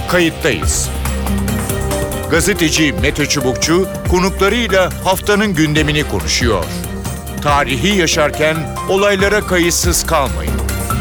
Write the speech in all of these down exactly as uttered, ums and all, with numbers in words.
Kayıttayız. Gazeteci Mete Çubukçu konuklarıyla haftanın gündemini konuşuyor. Tarihi yaşarken olaylara kayıtsız kalmayın.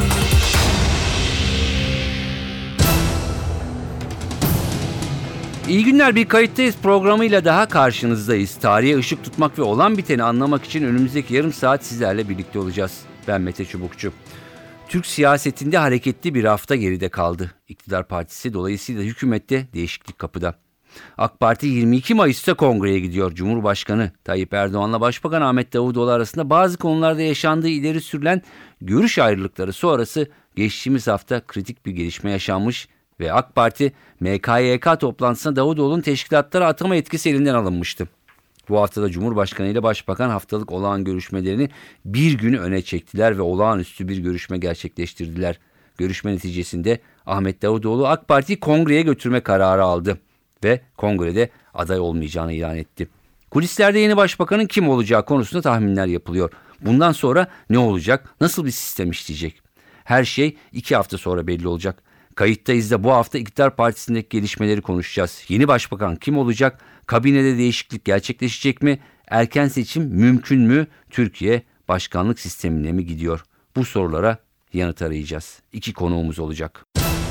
İyi günler, bir Kayıttayız programıyla daha karşınızdayız. Tarihe ışık tutmak ve olan biteni anlamak için önümüzdeki yarım saat sizlerle birlikte olacağız. Ben Mete Çubukçu. Türk siyasetinde hareketli bir hafta geride kaldı. İktidar partisi dolayısıyla hükümette değişiklik kapıda. AK Parti yirmi iki Mayıs'ta kongreye gidiyor. Cumhurbaşkanı Tayyip Erdoğan'la Başbakan Ahmet Davutoğlu arasında bazı konularda yaşandığı ileri sürülen görüş ayrılıkları sonrası geçtiğimiz hafta kritik bir gelişme yaşanmış ve AK Parti M K Y K toplantısında Davutoğlu'nun teşkilatlara atama etkisi elinden alınmıştı. Bu haftada Cumhurbaşkanı ile Başbakan haftalık olağan görüşmelerini bir gün öne çektiler ve olağanüstü bir görüşme gerçekleştirdiler. Görüşme neticesinde Ahmet Davutoğlu AK Parti'yi kongreye götürme kararı aldı ve kongrede aday olmayacağını ilan etti. Kulislerde yeni başbakanın kim olacağı konusunda tahminler yapılıyor. Bundan sonra ne olacak, nasıl bir sistem işleyecek? Her şey iki hafta sonra belli olacak. Kayıttayız da bu hafta İktidar Partisi'ndeki gelişmeleri konuşacağız. Yeni başbakan kim olacak? Kabinede değişiklik gerçekleşecek mi? Erken seçim mümkün mü? Türkiye başkanlık sistemine mi gidiyor? Bu sorulara yanıt arayacağız. İki konuğumuz olacak.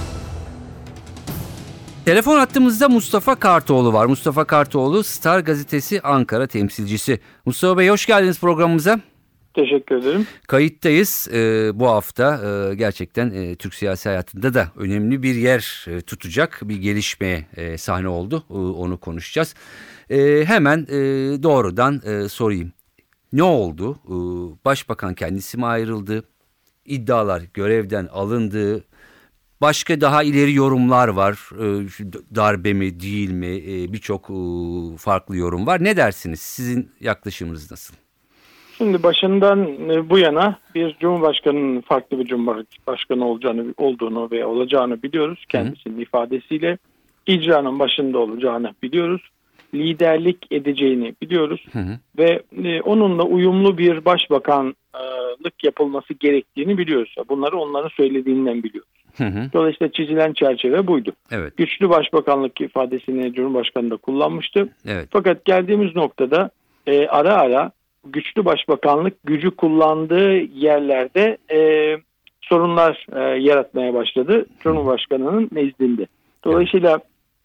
Telefon hattımızda Mustafa Kartoğlu var. Mustafa Kartoğlu, Star Gazetesi Ankara temsilcisi. Mustafa Bey, hoş geldiniz programımıza. Teşekkür ederim. Kayıttayız. Ee, bu hafta e, gerçekten e, Türk siyasi hayatında da önemli bir yer e, tutacak bir gelişmeye e, sahne oldu. E, onu konuşacağız. E, hemen e, doğrudan e, sorayım. Ne oldu? E, Başbakan kendisi mi ayrıldı? İddialar görevden alındı. Başka daha ileri yorumlar var. E, darbe mi değil mi? E, Birçok e, farklı yorum var. Ne dersiniz? Sizin yaklaşımınız nasıl? Şimdi başından bu yana bir Cumhurbaşkanı'nın farklı bir Cumhurbaşkanı olacağını, olduğunu ve olacağını biliyoruz. Kendisinin Hı. ifadesiyle icranın başında olacağını biliyoruz. Liderlik edeceğini biliyoruz. Hı hı. Ve onunla uyumlu bir başbakanlık yapılması gerektiğini biliyoruz. Bunları onların söylediğinden biliyoruz. Hı hı. Dolayısıyla çizilen çerçeve buydu. Evet. Güçlü başbakanlık ifadesini Cumhurbaşkanı da kullanmıştı. Evet. Fakat geldiğimiz noktada e, ara ara güçlü başbakanlık gücü kullandığı yerlerde e, sorunlar e, yaratmaya başladı Cumhurbaşkanı'nın nezdinde. Dolayısıyla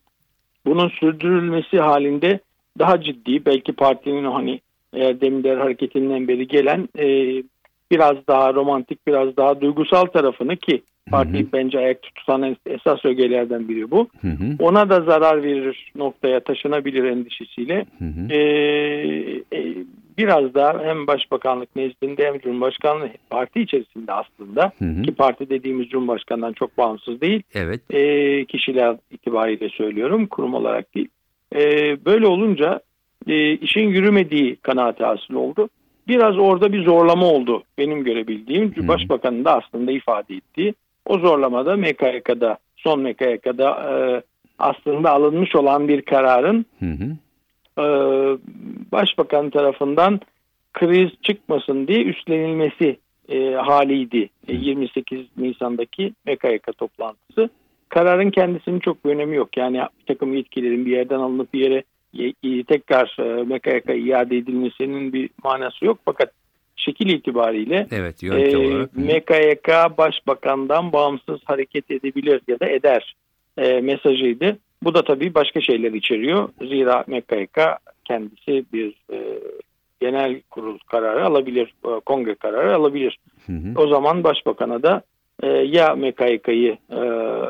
bunun sürdürülmesi halinde daha ciddi, belki partinin hani Erdemliler hareketinden beri gelen e, biraz daha romantik, biraz daha duygusal tarafını, ki partiyi hı hı. bence ayakta tutan esas ögelerden biri bu. Hı hı. Ona da zarar verir noktaya taşınabilir endişesiyle hı hı. E, e, biraz daha hem başbakanlık nezdinde hem Cumhurbaşkanlığı parti içerisinde aslında, hı hı. ki parti dediğimiz Cumhurbaşkanı'ndan çok bağımsız değil. Evet. E, kişiler itibariyle söylüyorum, kurum olarak değil. E, böyle olunca e, işin yürümediği kanaati hasıl oldu. Biraz orada bir zorlama oldu benim görebildiğim. Hı. Başbakanın da aslında ifade ettiği o zorlamada M K Y K'da, son M K Y K'da e, aslında alınmış olan bir kararın hı hı. E, Başbakan tarafından kriz çıkmasın diye üstlenilmesi e, haliydi. E, yirmi sekiz Nisan'daki M K Y K toplantısı. Kararın kendisinin çok bir önemi yok. Yani bir takım yetkilerin bir yerden alınıp bir yere tekrar M K Y K iade edilmesinin bir manası yok. Fakat şekil itibariyle evet, e, M K Y K başbakandan bağımsız hareket edebilir ya da eder e, mesajıydı. Bu da tabii başka şeyler içeriyor. Zira M K Y K kendisi bir e, genel kurul kararı alabilir, e, kongre kararı alabilir. Hı hı. O zaman başbakana da e, ya M K Y K'yı e,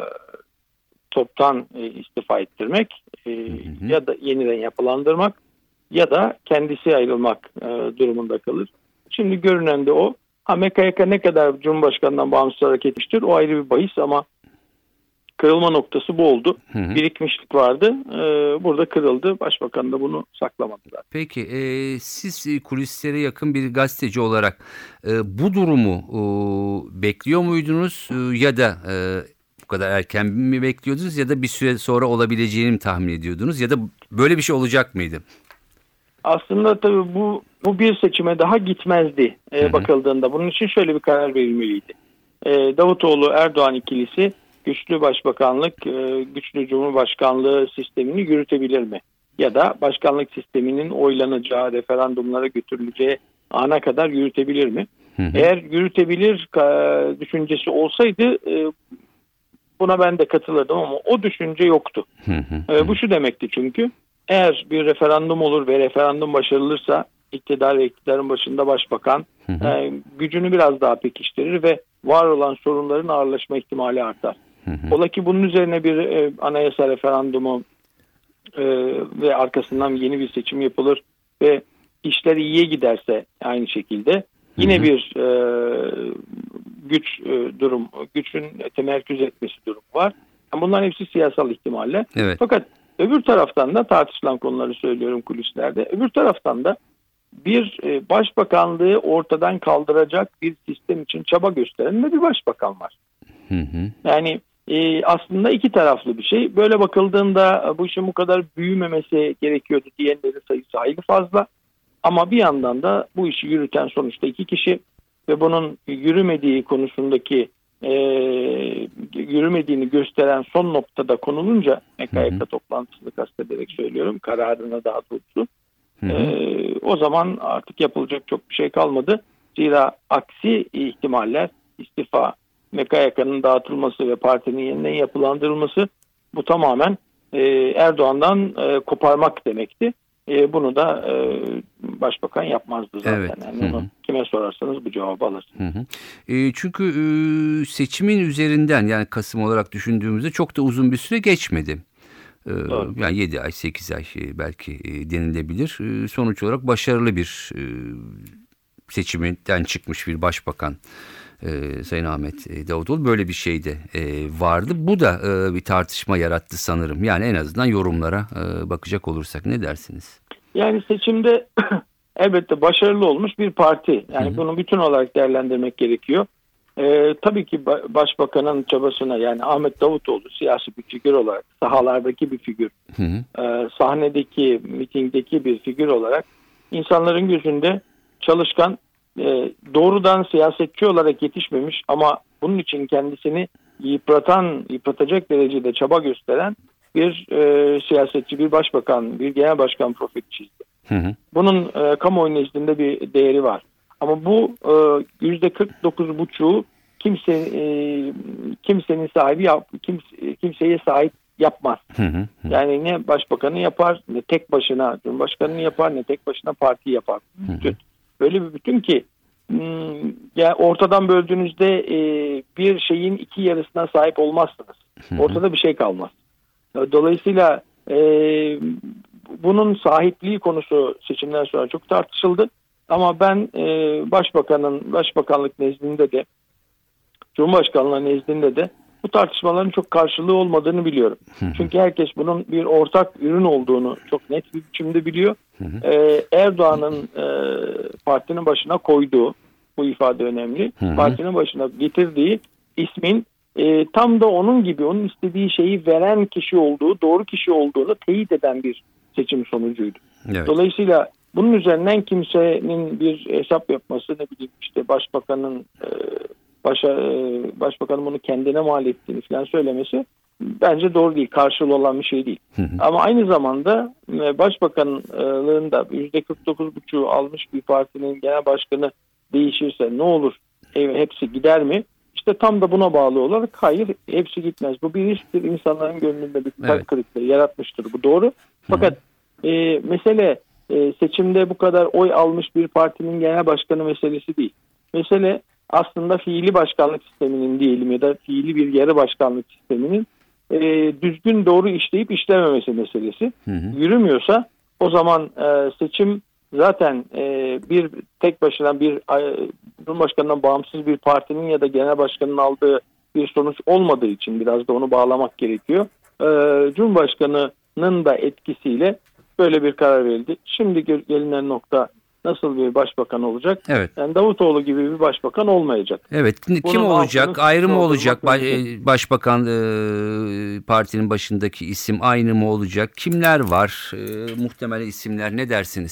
toptan e, istifa ettirmek e, hı hı. ya da yeniden yapılandırmak ya da kendisi ayrılmak e, durumunda kalır. Şimdi görünen de o. Ha, M K Y K ne kadar Cumhurbaşkanı'ndan bağımsız hareket etmiştir, o ayrı bir bahis, ama kırılma noktası bu oldu. Hı hı. Birikmişlik vardı. Ee, burada kırıldı. Başbakan da bunu saklamadılar. Peki e, siz kulislere yakın bir gazeteci olarak e, bu durumu e, bekliyor muydunuz e, ya da e, bu kadar erken mi bekliyordunuz ya da bir süre sonra olabileceğini mi tahmin ediyordunuz ya da böyle bir şey olacak mıydı? Aslında tabii bu bu bir seçime daha gitmezdi e, bakıldığında. Bunun için şöyle bir karar verilmeliydi. E, Davutoğlu Erdoğan ikilisi güçlü başbakanlık, e, güçlü cumhurbaşkanlığı sistemini yürütebilir mi? Ya da başkanlık sisteminin oylanacağı, referandumlara götürüleceği ana kadar yürütebilir mi? Hı hı. Eğer yürütebilir e, düşüncesi olsaydı e, buna ben de katılırdım ama o düşünce yoktu. Hı hı. E, bu şu demekti çünkü eğer bir referandum olur ve referandum başarılırsa iktidar ve iktidarın başında başbakan hı hı. E, gücünü biraz daha pekiştirir ve var olan sorunların ağırlaşma ihtimali artar. Hı hı. Ola ki bunun üzerine bir e, anayasa referandumu e, ve arkasından yeni bir seçim yapılır ve işler iyiye giderse aynı şekilde yine hı hı. bir e, güç e, durum, gücün temerküz etmesi durumu var. Yani bunların hepsi siyasal ihtimaller. Evet. Fakat öbür taraftan da tartışılan konuları söylüyorum kulislerde. Öbür taraftan da bir e, başbakanlığı ortadan kaldıracak bir sistem için çaba gösteren de bir başbakan var. Hı hı. Yani e, aslında iki taraflı bir şey. Böyle bakıldığında bu işin bu kadar büyümemesi gerekiyordu diyenlerin sayısı hayli fazla. Ama bir yandan da bu işi yürüten sonuçta iki kişi ve bunun yürümediği konusundaki e, yürümediğini gösteren son noktada konulunca M K Y K toplantısını kastederek söylüyorum, kararına daha doğrusu. Hı hı. Ee, o zaman artık yapılacak çok bir şey kalmadı. Zira aksi ihtimaller istifa, M K Y K'nın dağıtılması ve partinin yeniden yapılandırılması bu tamamen e, Erdoğan'dan e, koparmak demekti. E, bunu da e, başbakan yapmazdı zaten. Evet. Yani onu kime sorarsanız bu cevabı alırsınız. Hı hı. E, çünkü e, seçimin üzerinden yani Kasım olarak düşündüğümüzde çok da uzun bir süre geçmedi. Doğru. Yani yedi ay sekiz ay belki denilebilir. Sonuç olarak başarılı bir seçiminden çıkmış bir başbakan Sayın Ahmet Davutoğlu böyle bir şey de vardı. Bu da bir tartışma yarattı sanırım. Yani en azından yorumlara bakacak olursak ne dersiniz? Yani seçimde elbette başarılı olmuş bir parti. Yani hı hı. bunu bütün olarak değerlendirmek gerekiyor. Ee, tabii ki başbakanın çabasına yani Ahmet Davutoğlu siyasi bir figür olarak sahalardaki bir figür, hı hı. E, sahnedeki, mitingdeki bir figür olarak insanların gözünde çalışkan, e, doğrudan siyasetçi olarak yetişmemiş ama bunun için kendisini yıpratan, yıpratacak derecede çaba gösteren bir e, siyasetçi, bir başbakan, bir genel başkan profili çizdi. Hı hı. Bunun e, kamuoyu nezdinde bir değeri var. Ama bu yüzde kırk dokuz buçuğu kimse e, kimsenin sahibi yap, kimse, kimseye sahip yapmaz. Hı hı hı. Yani ne başbakanı yapar, ne tek başına cumhurbaşkanını yapar, ne tek başına parti yapar. Hı hı. Böyle bir bütün ki ya ortadan böldüğünüzde e, bir şeyin iki yarısına sahip olmazsınız. Hı hı. Ortada bir şey kalmaz. Dolayısıyla e, bunun sahipliği konusu seçimden sonra çok tartışıldı. Ama ben e, başbakanın, başbakanlık nezdinde de, cumhurbaşkanlığı nezdinde de bu tartışmaların çok karşılığı olmadığını biliyorum. Hı hı. Çünkü herkes bunun bir ortak ürün olduğunu çok net bir biçimde biliyor. Hı hı. E, Erdoğan'ın e, partinin başına koyduğu, bu ifade önemli, hı hı. partinin başına getirdiği ismin e, tam da onun gibi, onun istediği şeyi veren kişi olduğu, doğru kişi olduğunu teyit eden bir seçim sonucuydu. Evet. Dolayısıyla bunun üzerinden kimsenin bir hesap yapması, ne bileyim işte başbakanın e, başa, e, başbakanın bunu kendine mal ettiğini falan söylemesi bence doğru değil, karşılığı olan bir şey değil. Hı hı. Ama aynı zamanda e, başbakanlığında yüzde kırk dokuz buçuğu almış bir partinin genel başkanı değişirse ne olur? E, hepsi gider mi? İşte tam da buna bağlı olarak hayır, hepsi gitmez. Bu bir risktir, insanların gönlünde bir kalp evet. kırıklığı yaratmıştır. Bu doğru. Fakat e, mesele e, seçimde bu kadar oy almış bir partinin genel başkanı meselesi değil. Mesele aslında fiili başkanlık sisteminin diyelim ya da fiili bir yarı başkanlık sisteminin e, düzgün doğru işleyip işlememesi meselesi. Hı hı. Yürümüyorsa o zaman e, seçim zaten e, bir tek başına bir e, Cumhurbaşkanı'ndan bağımsız bir partinin ya da genel başkanının aldığı bir sonuç olmadığı için biraz da onu bağlamak gerekiyor. E, Cumhurbaşkanı'nın da etkisiyle böyle bir karar verildi. Şimdi gelinen nokta nasıl bir başbakan olacak? Evet. Yani Davutoğlu gibi bir başbakan olmayacak. Evet. Kim Bunun olacak? Ayrı mı olacak? Başbakan e, partinin başındaki isim aynı mı olacak? Kimler var? E, muhtemel isimler ne dersiniz?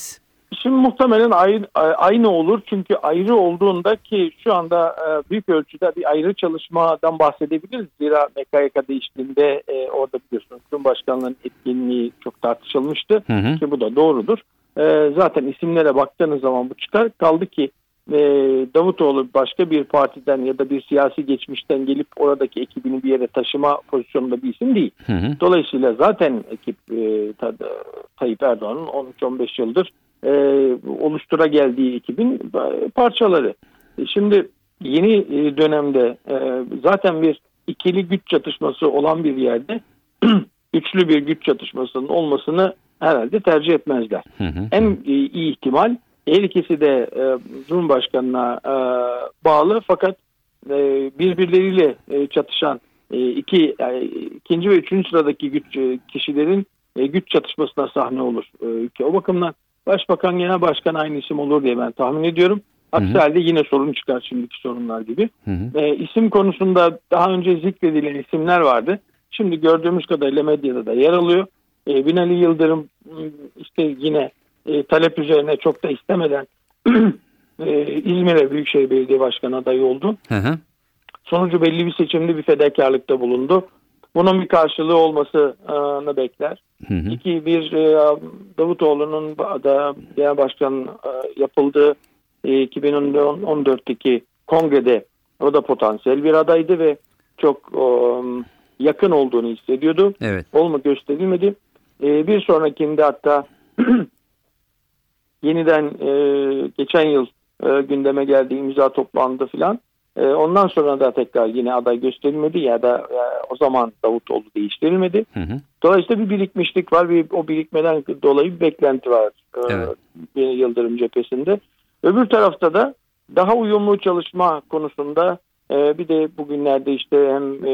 Şimdi muhtemelen ayrı, aynı olur çünkü ayrı olduğunda ki şu anda büyük ölçüde bir ayrı çalışmadan bahsedebiliriz. Zira M K Y K değiştiğinde orada biliyorsunuz Cumhurbaşkanlığı'nın etkinliği çok tartışılmıştı hı hı. ki bu da doğrudur. Zaten isimlere baktığınız zaman bu çıkar. Kaldı ki Davutoğlu başka bir partiden ya da bir siyasi geçmişten gelip oradaki ekibini bir yere taşıma pozisyonunda bir isim değil. Hı hı. Dolayısıyla zaten ekip Tayyip Erdoğan'ın on üç on beş yıldır E, oluştura geldiği ekibin parçaları. E, şimdi yeni e, dönemde e, zaten bir ikili güç çatışması olan bir yerde üçlü bir güç çatışmasının olmasını herhalde tercih etmezler. Hı hı. En e, iyi ihtimal her ikisi de e, Cumhurbaşkanı'na e, bağlı fakat e, birbirleriyle e, çatışan e, iki e, ikinci ve üçüncü sıradaki güç e, kişilerin e, güç çatışmasına sahne olur e, ülke. O bakımdan Başbakan, Genel Başkan aynı isim olur diye ben tahmin ediyorum. Aksi hı hı. halde yine sorun çıkar şimdiki sorunlar gibi. Hı hı. E, isim konusunda daha önce zikredilen isimler vardı. Şimdi gördüğümüz kadarıyla medyada da yer alıyor. E, Binali Yıldırım işte yine e, talep üzerine çok da istemeden e, İzmir'e Büyükşehir Belediye Başkanı adayı oldu. Hı hı. Sonucu belli bir seçimde bir fedakarlıkta bulundu. Bunun bir karşılığı olmasını bekler. Hı hı. İki, bir Davutoğlu'nun da genel başkan yapıldığı iki bin on dörtteki kongrede o da potansiyel bir adaydı ve çok yakın olduğunu hissediyordu. Evet. Olma gösterilmedi. Bir sonrakinde hatta yeniden geçen yıl gündeme geldi, imza toplandı filan. Ondan sonra da tekrar yine aday gösterilmedi ya da ya, o zaman Davutoğlu değiştirilmedi. Hı hı. Dolayısıyla bir birikmişlik var. Bir, o birikmeden dolayı bir beklenti var evet. e, Yıldırım cephesinde. Öbür tarafta da daha uyumlu çalışma konusunda e, bir de bugünlerde işte hem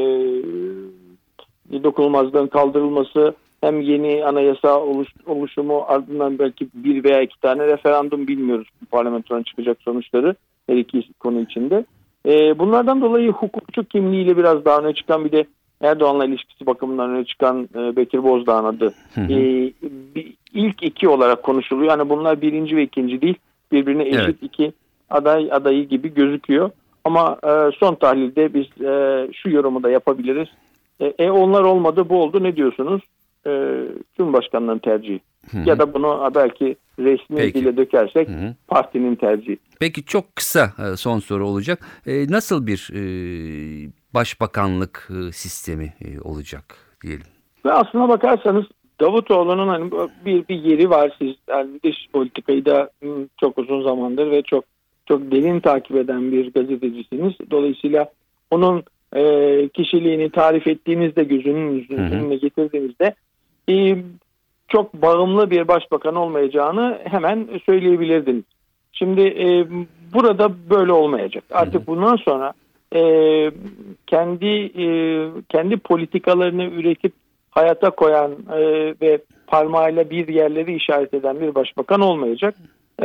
e, dokunulmazlığın kaldırılması hem yeni anayasa oluş, oluşumu ardından belki bir veya iki tane referandum bilmiyoruz parlamentodan çıkacak sonuçları her iki konu içinde. E, bunlardan dolayı hukukçu kimliğiyle biraz daha öne çıkan bir de Erdoğan'la ilişkisi bakımından öne çıkan e, Bekir Bozdağ'ın adı. Hı hı. E, bir, ilk iki olarak konuşuluyor. Yani bunlar birinci ve ikinci değil. Birbirine eşit evet. iki aday adayı gibi gözüküyor. Ama e, son tahlilde biz e, şu yorumu da yapabiliriz. E, e, onlar olmadı bu oldu ne diyorsunuz? E, Cumhurbaşkanlığının tercihi. Hı hı. Ya da bunu belki resmi Peki. dile dökersek hı hı. partinin tercihi. Peki çok kısa son soru olacak. E, nasıl bir e, başbakanlık e, sistemi e, olacak diyelim? Ve aslına bakarsanız Davutoğlu'nun hani bir bir yeri var. Siz yani dış politikayı da çok uzun zamandır ve çok çok derin takip eden bir gazetecisiniz. Dolayısıyla onun e, kişiliğini tarif ettiğinizde gözünün önüne getirdiğinizde e, çok bağımlı bir başbakan olmayacağını hemen söyleyebilirdiniz. Şimdi e, burada böyle olmayacak. Artık hı hı. bundan sonra e, kendi e, kendi politikalarını üretip hayata koyan e, ve parmağıyla bir yerleri işaret eden bir başbakan olmayacak. E,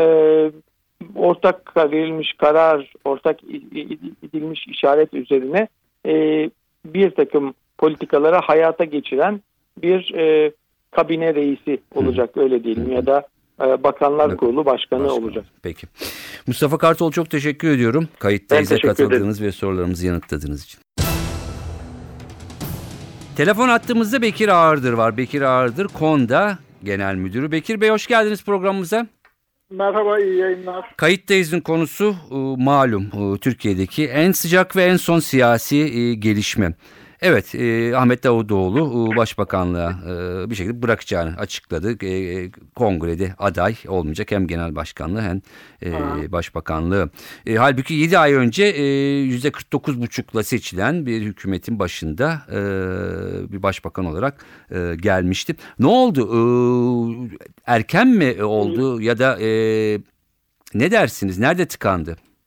ortak verilmiş karar, ortak edilmiş işaret üzerine e, bir takım politikalara hayata geçiren bir e, kabine reisi olacak, öyle diyelim, ya da e, Bakanlar Kurulu Başkanı Başkan. olacak. Peki. Mustafa Kartal, çok teşekkür ediyorum. Kayıttayız'a katıldığınız ederim. Ve sorularımızı yanıtladığınız için. Telefon attığımızda Bekir Ağırdır var. Bekir Ağırdır, KONDA Genel Müdürü. Bekir Bey, hoş geldiniz programımıza. Merhaba, iyi yayınlar. Kayıttayız'ın konusu malum Türkiye'deki en sıcak ve en son siyasi gelişme. Evet, e, Ahmet Davutoğlu e, başbakanlığa e, bir şekilde bırakacağını açıkladı. E, kongrede aday olmayacak, hem genel başkanlığı hem e, başbakanlığı. E, halbuki yedi ay önce e, yüzde kırk dokuz buçukla seçilen bir hükümetin başında e, bir başbakan olarak e, gelmişti. Ne oldu? E, erken mi oldu ya da e, ne dersiniz? Nerede tıkandı?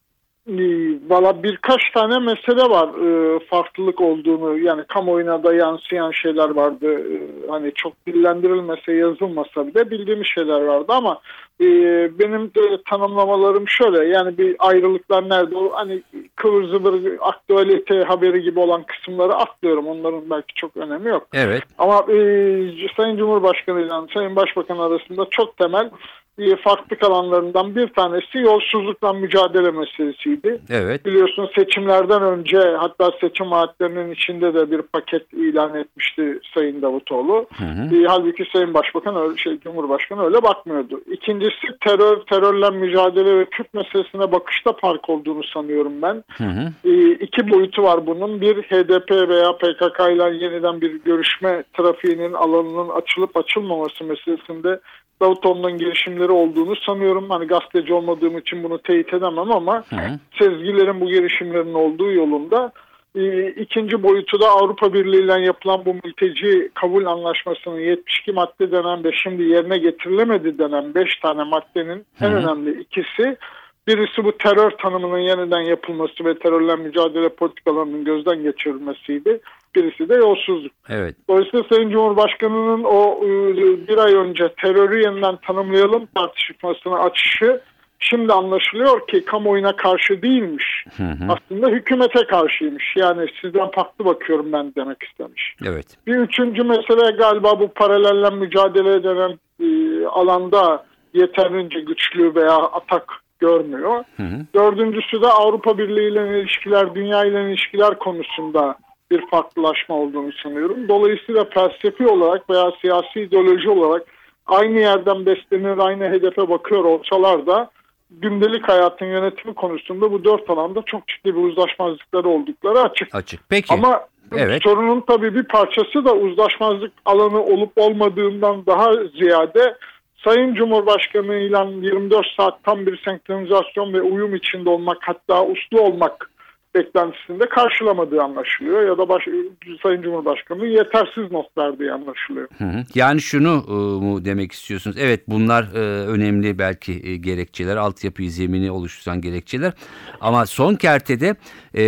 Valla birkaç tane mesele var e, farklılık olduğunu, yani kamuoyuna da yansıyan şeyler vardı. E, hani çok dillendirilmese, yazılmasa bile bildiğimiz şeyler vardı ama e, benim de tanımlamalarım şöyle, yani bir ayrılıklar nerede, o hani kıvır zıvır aktualite haberi gibi olan kısımları atlıyorum, onların belki çok önemi yok. Evet. Ama e, Sayın Cumhurbaşkanı ile Sayın Başbakan arasında çok temel farklılık alanlarından bir tanesi yolsuzlukla mücadele meselesiydi. Evet. Biliyorsunuz seçimlerden önce, hatta seçim vaatlerinin içinde de bir paket ilan etmişti Sayın Davutoğlu. Hı hı. E, halbuki Sayın Başbakan öyle, şey, Cumhurbaşkanı öyle bakmıyordu. İkincisi terör, terörle mücadele ve Kürt meselesine bakışta fark olduğunu sanıyorum ben. Hı hı. E, iki boyutu var bunun. Bir, H D P veya P K K ile yeniden bir görüşme trafiğinin alanının açılıp açılmaması meselesinde Davutoğlu'nun girişimleri olduğunu sanıyorum. Hani gazeteci olmadığım için bunu teyit edemem ama hı hı. sezgilerin bu girişimlerin olduğu yolunda. Ee, ikinci boyutu da Avrupa Birliği ile yapılan bu mülteci kabul anlaşmasının yetmiş iki madde denen ve şimdi yerine getirilemedi denen beş tane maddenin hı hı. en önemli ikisi. Birisi bu terör tanımının yeniden yapılması ve terörle mücadele politikalarının gözden geçirilmesiydi. Birisi de yolsuzluk. Evet. Dolayısıyla Sayın Cumhurbaşkanı'nın o bir ay önce terörü yeniden tanımlayalım tartışmasını açışı şimdi anlaşılıyor ki kamuoyuna karşı değilmiş. Hı hı. Aslında hükümete karşıymış. Yani sizden farklı bakıyorum ben demek istemiş. Evet. Bir üçüncü mesele galiba bu paralelle mücadele eden e, alanda yeterince güçlü veya atak görmüyor. Hı hı. Dördüncüsü de Avrupa Birliği ile ilişkiler, dünya ile ilişkiler konusunda bir farklılaşma olduğunu sanıyorum. Dolayısıyla felsefi olarak veya siyasi ideoloji olarak aynı yerden beslenir, aynı hedefe bakıyor olsalar da gündelik hayatın yönetimi konusunda bu dört alanda çok ciddi bir uzlaşmazlıkları oldukları açık. Açık. Peki. Ama evet. sorunun tabii bir parçası da uzlaşmazlık alanı olup olmadığından daha ziyade Sayın Cumhurbaşkanı ile yirmi dört saat tam bir senkronizasyon ve uyum içinde olmak, hatta uslu olmak beklentisinde karşılamadığı anlaşılıyor ya da baş, Sayın Cumhurbaşkanı'nın yetersiz not verdiği anlaşılıyor. Hı hı. Yani şunu e, mu demek istiyorsunuz? Evet, bunlar e, önemli belki e, gerekçeler, altyapıyı, zemini oluşturan gerekçeler. Ama son kertede e,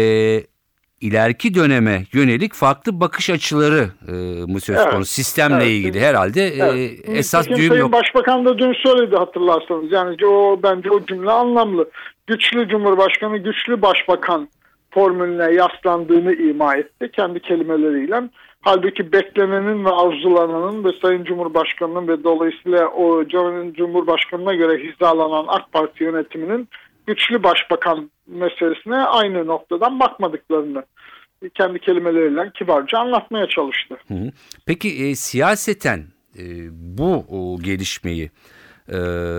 ileriki döneme yönelik farklı bakış açıları e, mı söz konusu? Evet. Sistemle evet. ilgili herhalde evet. e, esas Peki, düğüm Sayın yok. Başbakan da dün söyledi, hatırlarsanız. Yani o bence o cümle anlamlı. Güçlü Cumhurbaşkanı, güçlü Başbakan formülüne yaslandığını ima etti kendi kelimeleriyle. Halbuki beklenenin ve arzulananın ve Sayın Cumhurbaşkanı'nın ve dolayısıyla o Cumhurbaşkanı'na göre hizalanan AK Parti yönetiminin güçlü başbakan meselesine aynı noktadan bakmadıklarını kendi kelimeleriyle kibarca anlatmaya çalıştı. Hı hı. Peki e, siyaseten e, bu o gelişmeyi e,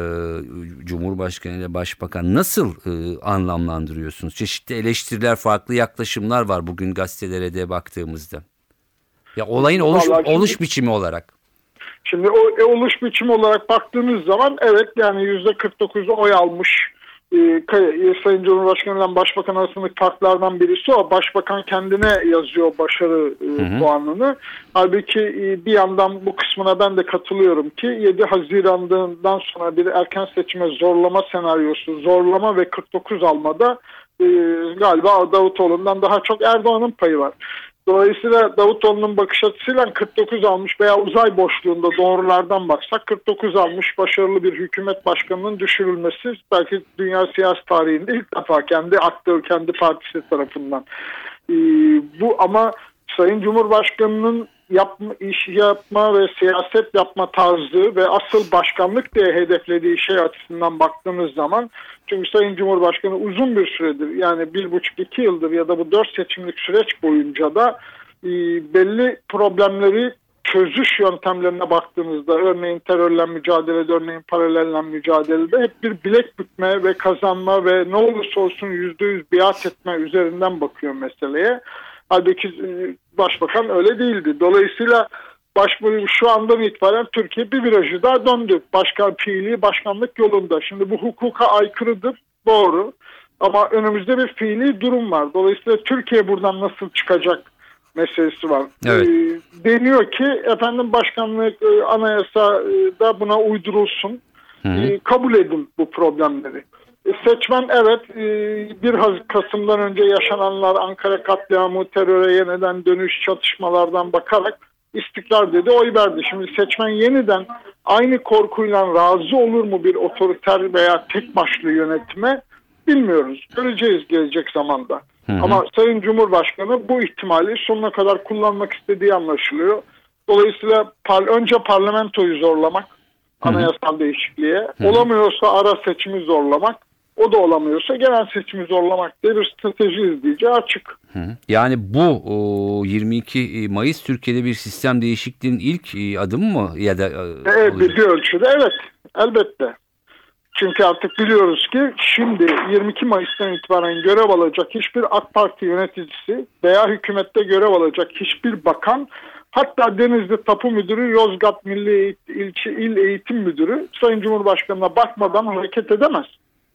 Cumhurbaşkanı ile Başbakan nasıl e, anlamlandırıyorsunuz? Çeşitli eleştiriler, farklı yaklaşımlar var bugün gazetelere de baktığımızda. Ya olayın oluş, şimdi, oluş biçimi olarak. Şimdi o e, oluş biçimi olarak baktığınız zaman evet, yani yüzde kırk dokuz oy almış e, Sayın Cumhurbaşkanı ile Başbakan arasındaki farklardan birisi o. Başbakan kendine yazıyor başarı e, hı hı. puanını. Halbuki e, bir yandan bu kısmına ben de katılıyorum ki yedi Haziran'dan sonra bir erken seçime zorlama senaryosu, zorlama ve kırk dokuz almada e, galiba Davutoğlu'ndan daha çok Erdoğan'ın payı var. Dolayısıyla Davutoğlu'nun bakış açısıyla kırk dokuz almış veya uzay boşluğunda doğrulardan baksak kırk dokuz almış başarılı bir hükümet başkanının düşürülmesi belki dünya siyasi tarihinde ilk defa kendi aktör, kendi partisi tarafından. Ee, bu ama Sayın Cumhurbaşkanı'nın yapma, iş yapma ve siyaset yapma tarzı ve asıl başkanlık diye hedeflediği şey açısından baktığınız zaman, çünkü Sayın Cumhurbaşkanı uzun bir süredir, yani bir buçuk iki yıldır ya da bu dört seçimlik süreç boyunca da e, belli problemleri çözüş yöntemlerine baktığınızda, örneğin terörle mücadelede, örneğin paralelle mücadelede hep bir bilek bükme ve kazanma ve ne olursa olsun yüzde yüz biat etme üzerinden bakıyor meseleye. Halbuki Başbakan öyle değildi. Dolayısıyla baş, şu andan itibaren Türkiye bir virajı daha döndü. Başkan fiili başkanlık yolunda. Şimdi bu hukuka aykırıdır, doğru. Ama önümüzde bir fiili durum var. Dolayısıyla Türkiye buradan nasıl çıkacak meselesi var. Evet. E, deniyor ki efendim başkanlık e, anayasa e, da buna uydurulsun. E, kabul edin bu problemleri. Seçmen evet bir Kasım'dan önce yaşananlar, Ankara katliamı, teröre yeniden dönüş, çatışmalardan bakarak istikrar dedi, oy verdi. Şimdi seçmen yeniden aynı korkuyla razı olur mu bir otoriter veya tek başlı yönetime, bilmiyoruz. Göreceğiz gelecek zamanda. Hı hı. Ama Sayın Cumhurbaşkanı bu ihtimali sonuna kadar kullanmak istediği anlaşılıyor. Dolayısıyla par- önce parlamentoyu zorlamak, anayasal değişikliğe, hı hı. olamıyorsa ara seçimi zorlamak, o da olamıyorsa genel seçimi zorlamak diye bir strateji izleyeceği açık. Hı hı. Yani bu o, yirmi iki Mayıs Türkiye'de bir sistem değişikliğinin ilk adımı mı ya da evet, bir ölçüde evet, elbette. Çünkü artık biliyoruz ki şimdi yirmi iki Mayıs'tan itibaren görev alacak hiçbir AK Parti yöneticisi veya hükümette görev alacak hiçbir bakan, hatta Denizli Tapu Müdürü, Yozgat Milli İlçe İl Eğitim Müdürü Sayın Cumhurbaşkanı'na bakmadan hareket edemez.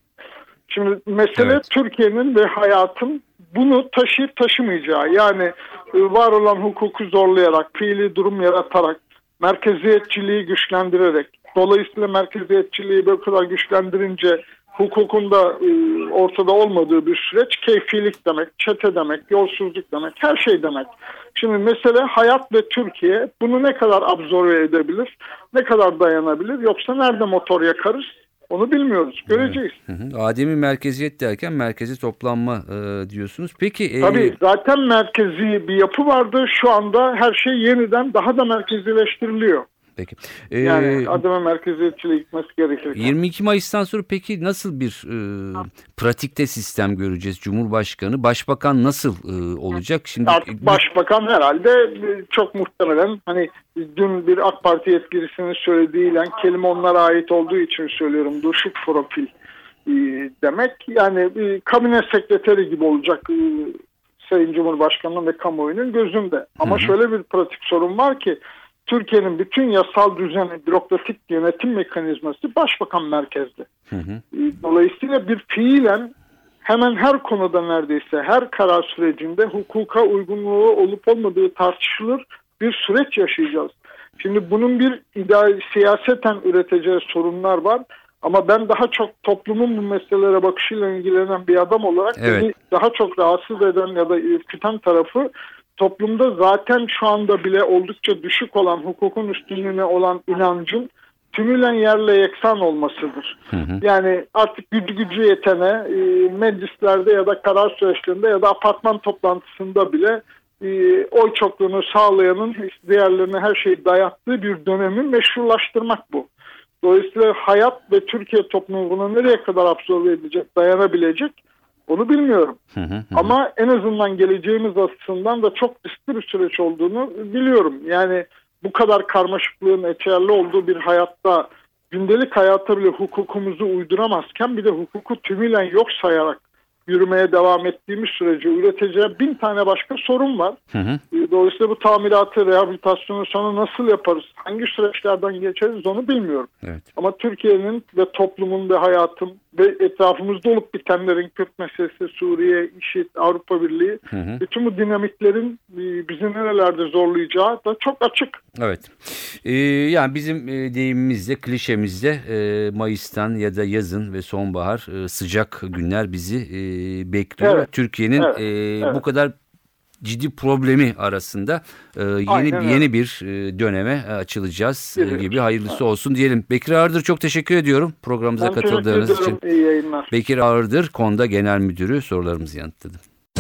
Şimdi mesele evet. Türkiye'nin ve hayatın bunu taşıyıp taşımayacağı, yani var olan hukuku zorlayarak, fiili durum yaratarak, merkeziyetçiliği güçlendirerek, dolayısıyla merkeziyetçiliği bu kadar güçlendirince hukukun da e, ortada olmadığı bir süreç, keyfilik demek, çete demek, yolsuzluk demek, her şey demek. Şimdi mesele hayat ve Türkiye bunu ne kadar absorbe edebilir, ne kadar dayanabilir, yoksa nerede motor yakarız? Onu bilmiyoruz. Göreceğiz. Hı hı. Ademi merkeziyet derken merkezi toplanma e, diyorsunuz. Peki. E... Tabii zaten merkezi bir yapı vardı. Şu anda her şey yeniden daha da merkezileştiriliyor. Peki. Ee, yani adama merkeziyetçiliğe gitmesi gerekir. yirmi iki Mayıs'tan sonra peki nasıl bir e, pratikte sistem göreceğiz? Cumhurbaşkanı, başbakan nasıl e, olacak? Şimdi artık başbakan herhalde çok muhtemelen, hani dün bir AK Parti yetkilisinin söylediğiyle, kelime onlara ait olduğu için söylüyorum, düşük profil e, demek. Yani e, kabine sekreteri gibi olacak e, Sayın Cumhurbaşkanı'nın ve kamuoyunun gözünde. Ama hı hı. şöyle bir pratik sorun var ki, Türkiye'nin bütün yasal düzeni, bürokratik yönetim mekanizması başbakan merkezli. Hı hı. Dolayısıyla bir fiilen hemen her konuda, neredeyse her karar sürecinde hukuka uygunluğu olup olmadığı tartışılır bir süreç yaşayacağız. Şimdi bunun bir ideal, siyaseten üreteceği sorunlar var. Ama ben daha çok toplumun bu meselelere bakışıyla ilgilenen bir adam olarak evet. beni daha çok rahatsız eden ya da ürküten tarafı, toplumda zaten şu anda bile oldukça düşük olan, hukukun üstünlüğüne olan inancın tümüyle yerle yeksan olmasıdır. Hı hı. Yani artık gücü gücü yetene e, meclislerde ya da karar süreçlerinde ya da apartman toplantısında bile e, oy çokluğunu sağlayanın diğerlerine her şeyi dayattığı bir dönemi meşrulaştırmak bu. Dolayısıyla hayat ve Türkiye toplumu buna nereye kadar absorbe edecek, dayanabilecek, onu bilmiyorum. Hı hı hı. Ama en azından geleceğimiz açısından da çok riskli bir süreç olduğunu biliyorum. Yani bu kadar karmaşıklığın geçerli olduğu bir hayatta, gündelik hayata bile hukukumuzu uyduramazken bir de hukuku tümüyle yok sayarak yürümeye devam ettiğimiz sürece üreteceği bin tane başka sorun var. Hı hı. Dolayısıyla bu tamiratı, rehabilitasyonu sonra nasıl yaparız, hangi süreçlerden geçeriz onu bilmiyorum. Evet. Ama Türkiye'nin ve toplumun ve hayatın ve etrafımızda olup bitenlerin, Kürt meselesi, Suriye, İŞİD, Avrupa Birliği, hı hı. bütün bu dinamiklerin bizi nerelerde zorlayacağı da çok açık. Evet. Ee, yani bizim deyimimizde, klişemizde e, Mayıs'tan ya da yazın ve sonbahar e, sıcak günler bizi e, bekliyor. Evet. Türkiye'nin evet. E, evet. bu kadar ciddi problemi arasında e, yeni Aynen yeni öyle. bir e, döneme açılacağız e, gibi, hayırlısı evet. olsun diyelim. Bekir Ağırdır, çok teşekkür ediyorum programımıza ben katıldığınız için. İyi yayınlar. Bekir Ağırdır, KONDA Genel Müdürü, sorularımızı yanıtladı.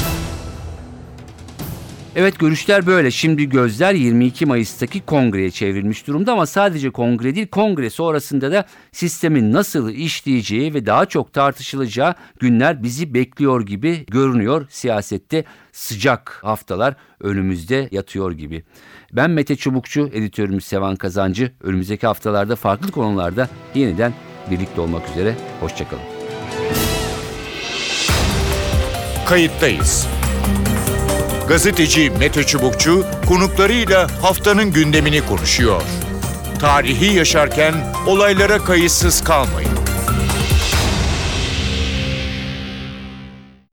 Evet, görüşler böyle. Şimdi gözler yirmi iki Mayıs'taki kongreye çevrilmiş durumda ama sadece kongre değil, kongre sonrasında da sistemin nasıl işleyeceği ve daha çok tartışılacağı günler bizi bekliyor gibi görünüyor. Siyasette sıcak haftalar önümüzde yatıyor gibi. Ben Mete Çubukçu, editörümüz Sevan Kazancı. Önümüzdeki haftalarda farklı konularda yeniden birlikte olmak üzere. Hoşçakalın. Kayıttayız. Gazeteci Mete Çubukçu konuklarıyla haftanın gündemini konuşuyor. Tarihi yaşarken olaylara kayıtsız kalmayın.